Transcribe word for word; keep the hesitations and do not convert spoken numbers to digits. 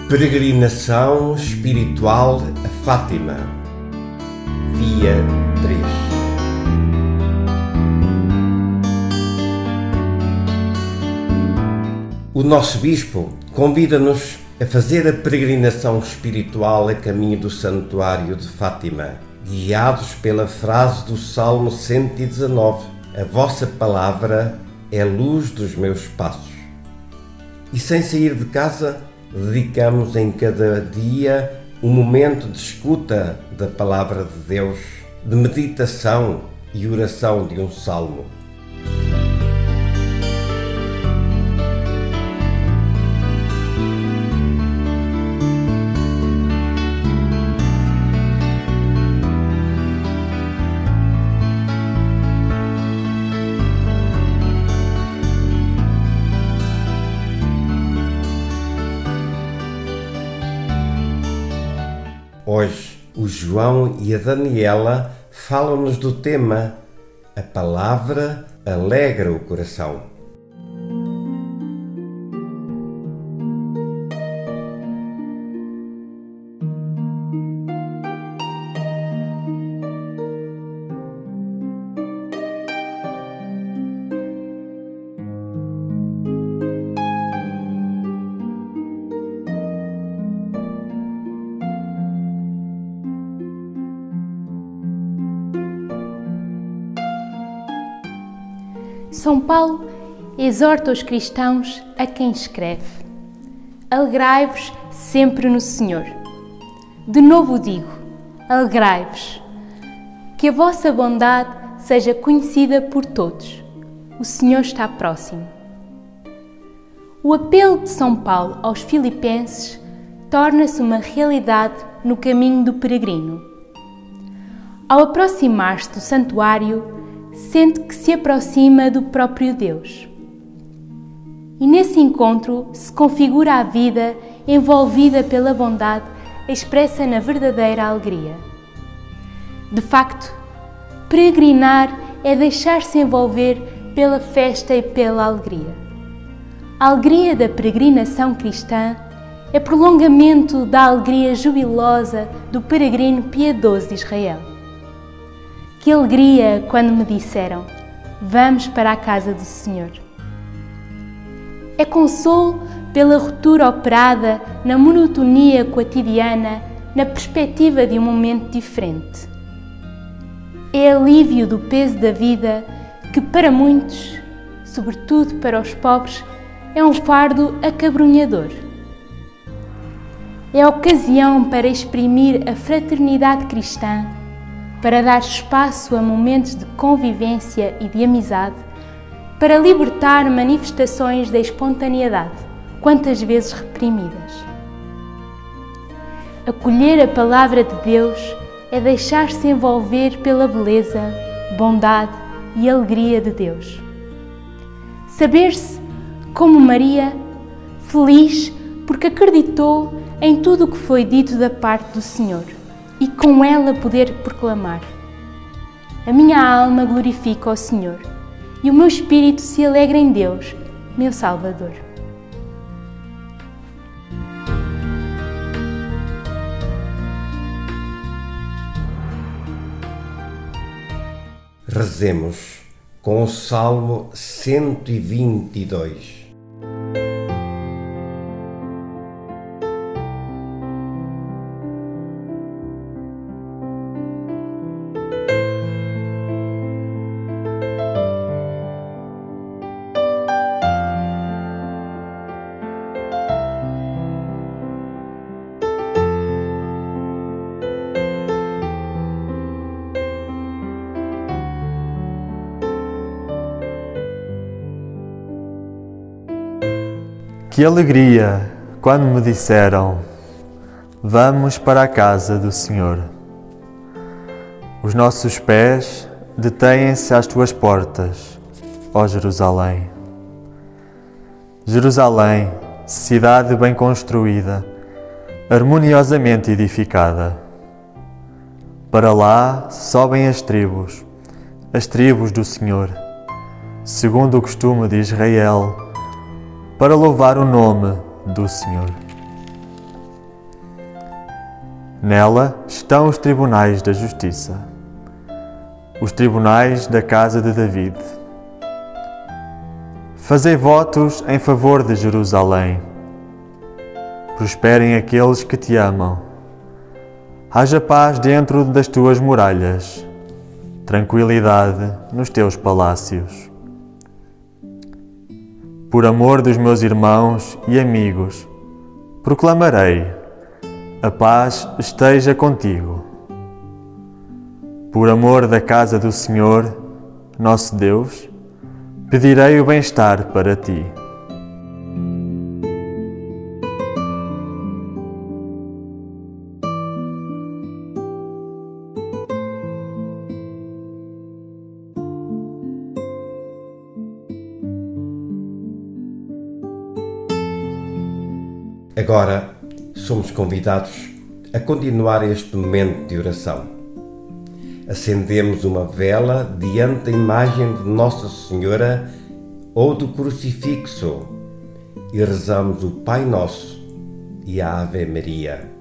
Peregrinação espiritual a Fátima, dia três. O nosso Bispo convida-nos a fazer a peregrinação espiritual a caminho do Santuário de Fátima, guiados pela frase do Salmo cento e dezanove: a vossa palavra é a luz dos meus passos. E sem sair de casa, dedicamos em cada dia um momento de escuta da palavra de Deus, de meditação e oração de um salmo. Hoje, o João e a Daniela falam-nos do tema A Palavra Alegra o Coração. São Paulo exorta os cristãos a quem escreve: alegrai-vos sempre no Senhor. De novo digo, alegrai-vos. Que a vossa bondade seja conhecida por todos. O Senhor está próximo. O apelo de São Paulo aos filipenses torna-se uma realidade no caminho do peregrino. Ao aproximar-se do santuário, sente que se aproxima do próprio Deus. E nesse encontro se configura a vida envolvida pela bondade expressa na verdadeira alegria. De facto, peregrinar é deixar-se envolver pela festa e pela alegria. A alegria da peregrinação cristã é prolongamento da alegria jubilosa do peregrino piedoso de Israel. Que alegria quando me disseram: vamos para a casa do Senhor. É consolo pela ruptura operada na monotonia quotidiana, na perspectiva de um momento diferente. É alívio do peso da vida que para muitos, sobretudo para os pobres, é um fardo acabrunhador. É a ocasião para exprimir a fraternidade cristã, para dar espaço a momentos de convivência e de amizade, para libertar manifestações da espontaneidade, quantas vezes reprimidas. Acolher a palavra de Deus é deixar-se envolver pela beleza, bondade e alegria de Deus. Saber-se, como Maria, feliz porque acreditou em tudo o que foi dito da parte do Senhor, e com ela poder proclamar: a minha alma glorifica o Senhor, e o meu espírito se alegra em Deus, meu Salvador. Rezemos com o Salmo cento e vinte e dois. Que alegria quando me disseram: vamos para a casa do Senhor. Os nossos pés detêm-se às tuas portas, ó Jerusalém. Jerusalém, cidade bem construída, harmoniosamente edificada. Para lá sobem as tribos, as tribos do Senhor, segundo o costume de Israel, para louvar o nome do Senhor. Nela estão os tribunais da justiça, os tribunais da casa de David. Fazei votos em favor de Jerusalém. Prosperem aqueles que te amam. Haja paz dentro das tuas muralhas, tranquilidade nos teus palácios. Por amor dos meus irmãos e amigos, proclamarei: a paz esteja contigo. Por amor da casa do Senhor, nosso Deus, pedirei o bem-estar para ti. Agora somos convidados a continuar este momento de oração. Acendemos uma vela diante da imagem de Nossa Senhora ou do crucifixo e rezamos o Pai Nosso e a Ave Maria.